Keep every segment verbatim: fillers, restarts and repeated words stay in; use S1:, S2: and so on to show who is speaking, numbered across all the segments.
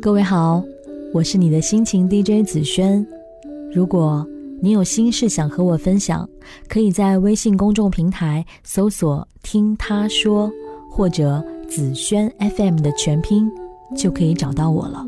S1: 各位好，我是你的心情 D J 子轩。如果你有心事想和我分享，可以在微信公众平台搜索听他说，或者子轩 F M 的全拼，就可以找到我了。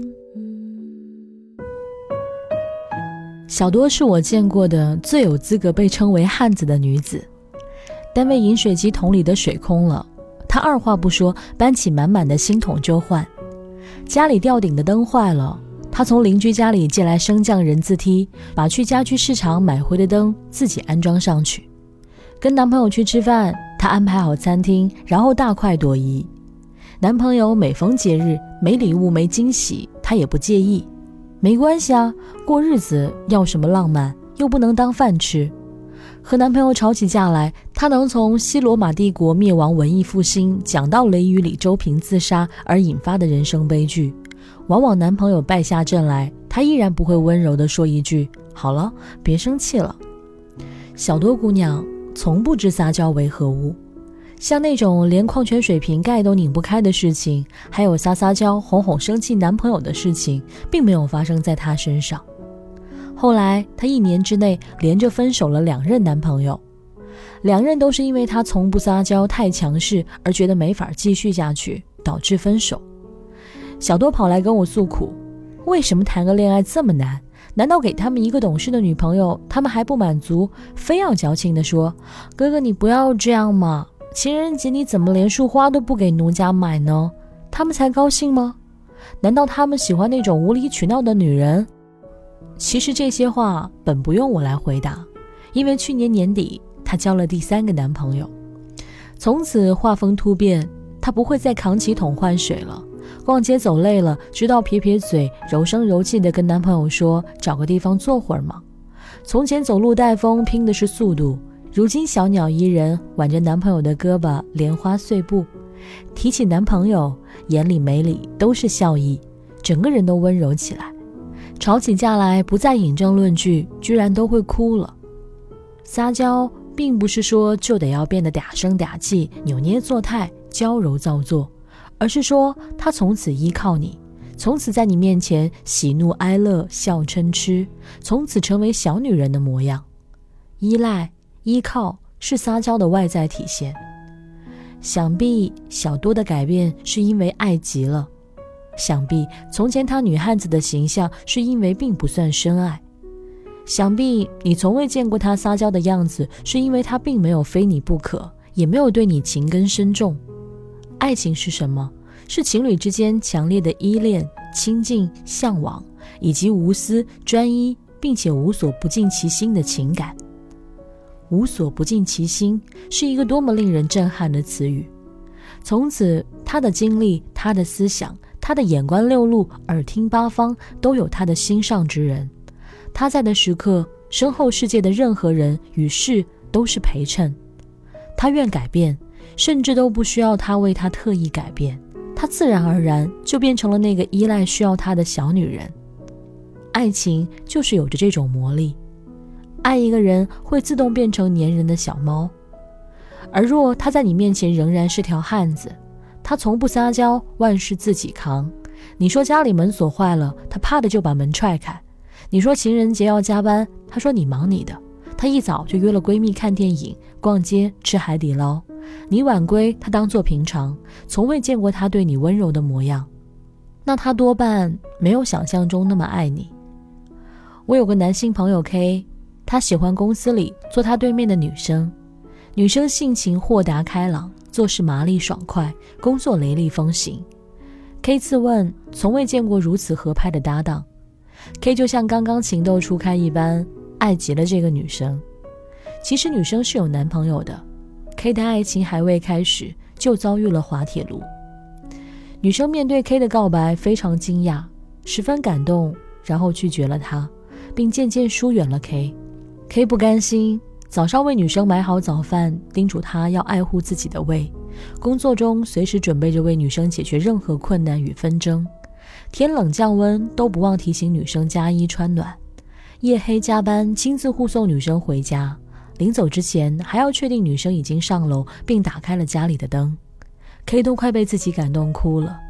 S1: 小多是我见过的最有资格被称为汉子的女子。单位饮水机桶里的水空了，她二话不说搬起满满的新桶就换。家里吊顶的灯坏了，她从邻居家里借来升降人字梯，把去家居市场买回的灯自己安装上去。跟男朋友去吃饭，她安排好餐厅，然后大快朵颐。男朋友每逢节日没礼物没惊喜，她也不介意。没关系啊，过日子要什么浪漫，又不能当饭吃。和男朋友吵起架来，她能从西罗马帝国灭亡文艺复兴讲到雷雨里周平自杀而引发的人生悲剧。往往男朋友败下阵来，她依然不会温柔地说一句好了，别生气了。小多姑娘从不知撒娇为何物，像那种连矿泉水瓶盖都拧不开的事情，还有撒撒娇哄哄生气男朋友的事情，并没有发生在她身上。后来她一年之内连着分手了两任男朋友，两任都是因为她从不撒娇太强势而觉得没法继续下去，导致分手。小多跑来跟我诉苦，为什么谈个恋爱这么难？难道给他们一个懂事的女朋友，他们还不满足，非要矫情地说，哥哥你不要这样嘛，情人节你怎么连束花都不给奴家买呢？他们才高兴吗？难道他们喜欢那种无理取闹的女人？其实这些话本不用我来回答，因为去年年底她交了第三个男朋友，从此画风突变，她不会再扛起桶换水了。逛街走累了，直到撇撇嘴，柔声柔气地跟男朋友说，找个地方坐会儿嘛。从前走路带风拼的是速度，如今小鸟依人，挽着男朋友的胳膊，莲花碎步。提起男朋友，眼里眉里都是笑意，整个人都温柔起来。吵起架来不再引证论据，居然都会哭了。撒娇并不是说就得要变得嗲声嗲气，扭捏作态，娇柔造作，而是说他从此依靠你，从此在你面前喜怒哀乐笑嗔痴，从此成为小女人的模样。依赖依靠是撒娇的外在体现。想必小多的改变是因为爱极了，想必从前她女汉子的形象是因为并不算深爱，想必你从未见过她撒娇的样子，是因为她并没有非你不可，也没有对你情根深重。爱情是什么？是情侣之间强烈的依恋、亲近、向往，以及无私、专一，并且无所不尽其心的情感。无所不尽其心是一个多么令人震撼的词语。从此他的经历，他的思想，他的眼观六路，耳听八方，都有他的心上之人。他在的时刻，身后世界的任何人与事都是陪衬。他愿改变，甚至都不需要他为他特意改变，他自然而然就变成了那个依赖需要他的小女人。爱情就是有着这种魔力，爱一个人会自动变成粘人的小猫。而若他在你面前仍然是条汉子，他从不撒娇，万事自己扛。你说家里门锁坏了，他啪的就把门踹开。你说情人节要加班，他说你忙你的。他一早就约了闺蜜看电影、逛街、吃海底捞。你晚归，他当作平常，从未见过他对你温柔的模样。那他多半没有想象中那么爱你。我有个男性朋友 K， 他喜欢公司里坐他对面的女生。女生性情豁达开朗，做事麻利爽快，工作雷厉风行。K 自问从未见过如此合拍的搭档。K 就像刚刚情窦初开一般，爱极了这个女生。其实女生是有男朋友的， K 的爱情还未开始，就遭遇了滑铁卢。女生面对 K 的告白非常惊讶，十分感动，然后拒绝了他，并渐渐疏远了 K。 K 不甘心，早上为女生买好早饭，叮嘱她要爱护自己的胃，工作中随时准备着为女生解决任何困难与纷争，天冷降温都不忘提醒女生加衣穿暖，夜黑加班亲自护送女生回家，临走之前还要确定女生已经上楼并打开了家里的灯。 K 都快被自己感动哭了，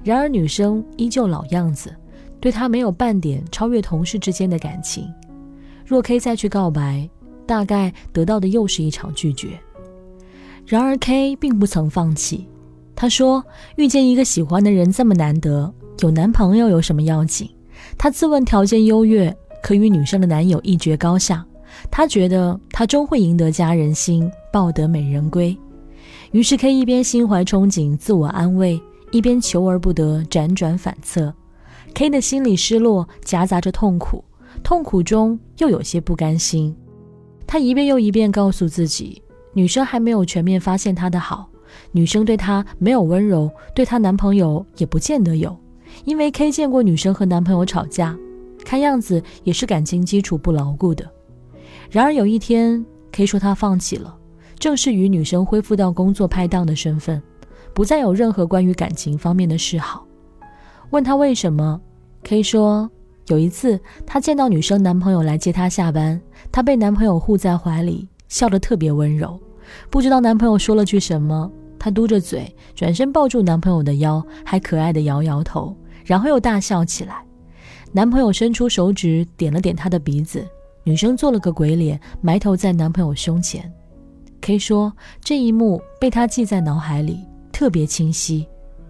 S1: 然而女生依旧老样子，对他没有半点超越同事之间的感情。若 K 再去告白，大概得到的又是一场拒绝。然而 K 并不曾放弃，她说遇见一个喜欢的人这么难得，有男朋友有什么要紧？她自问条件优越，可与女生的男友一决高下，她觉得她终会赢得佳人心，抱得美人归。于是 K 一边心怀憧憬自我安慰，一边求而不得，辗转反侧。 K 的心里失落夹杂着痛苦，痛苦中又有些不甘心。她一遍又一遍告诉自己，女生还没有全面发现她的好，女生对她没有温柔，对她男朋友也不见得有。因为 K 见过女生和男朋友吵架，看样子也是感情基础不牢固的。然而有一天 K 说她放弃了，正是与女生恢复到工作拍档的身份，不再有任何关于感情方面的示好。问她为什么， K 说有一次她见到女生男朋友来接她下班，她被男朋友护在怀里，笑得特别温柔。不知道男朋友说了句什么，她嘟着嘴转身抱住男朋友的腰，还可爱地摇摇头，然后又大笑起来。男朋友伸出手指点了点她的鼻子，女生做了个鬼脸，埋头在男朋友胸前。 K 说这一幕被她记在脑海里，特别清晰。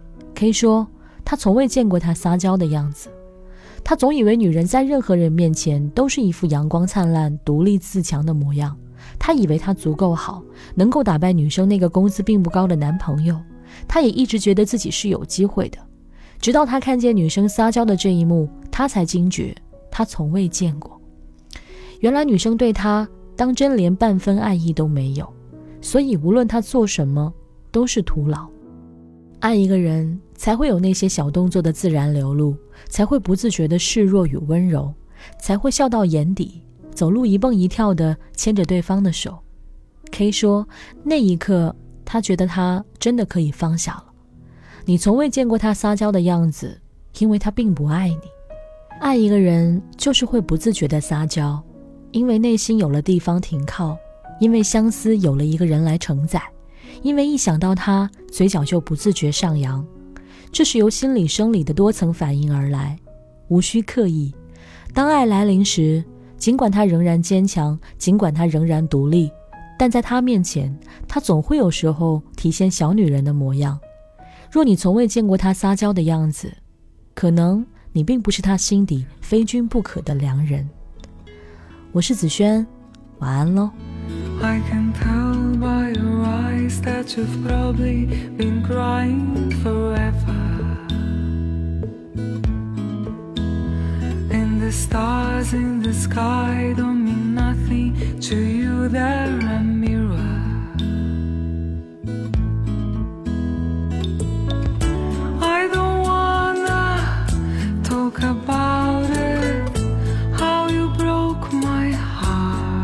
S1: K 说她从未见过她撒娇的样子，她总以为女人在任何人面前都是一副阳光灿烂、独立自强的模样，她以为她足够好，能够打败女生那个工资并不高的男朋友。她也一直觉得自己是有机会的，直到她看见女生撒娇的这一幕，她才惊觉她从未见过。原来女生对她当真连半分爱意都没有，所以无论她做什么都是徒劳。爱一个人才会有那些小动作的自然流露，才会不自觉的示弱与温柔，才会笑到眼底，走路一蹦一跳的牵着对方的手。 K 说那一刻她觉得她真的可以放下了。你从未见过她撒娇的样子，因为她并不爱你。爱一个人就是会不自觉的撒娇，因为内心有了地方停靠，因为相思有了一个人来承载，因为一想到他，嘴角就不自觉上扬。这是由心理生理的多层反应而来，无需刻意。当爱来临时，尽管他仍然坚强，尽管他仍然独立，但在他面前，他总会有时候体现小女人的模样。若你从未见过他撒娇的样子，可能你并不是他心底非君不可的良人。我是子轩，晚安咯。
S2: I can tell by your eyes that you've probably been crying forever. And the stars in the sky don't mean nothing to you, they're a mirror. I don't wanna talk about it, how you broke my heart.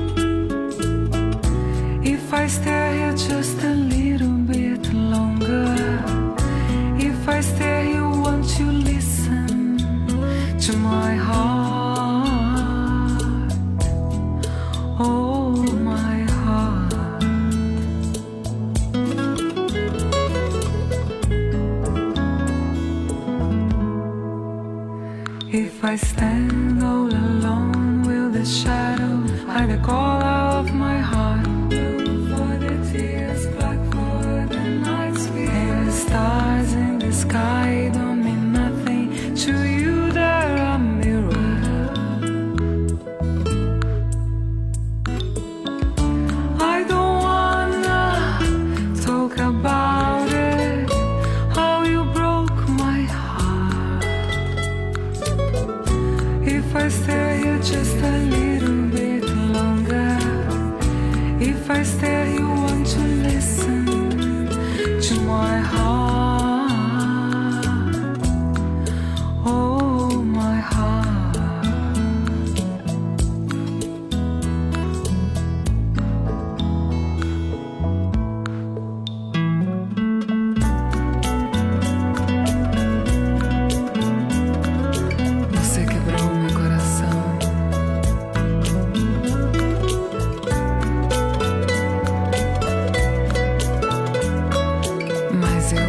S2: If I stay here just a little bit longer, if I stay here, won't you listen to my heart? Oh, my heart. If I stand all alone, will the shadow hide the color of my heart? For the tears, black for the night sweet. And the stars in the sky don't mean nothing to you, they're a mirror. I don't wanna talk about it, how you broke my heart. If I stay here just a little bit longer, if I stay, you want to listen to my heart. Oh, my heart. Você quebrou meu coração. Mas eu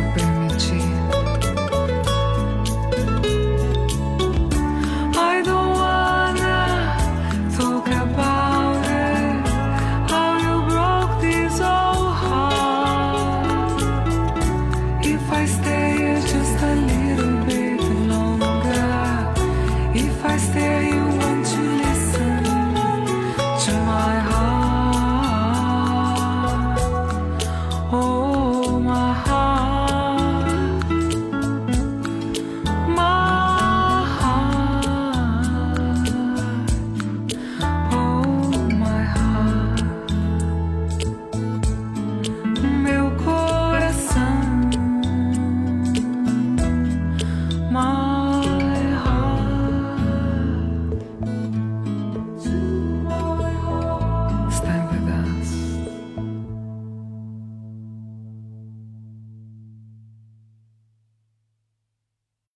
S2: my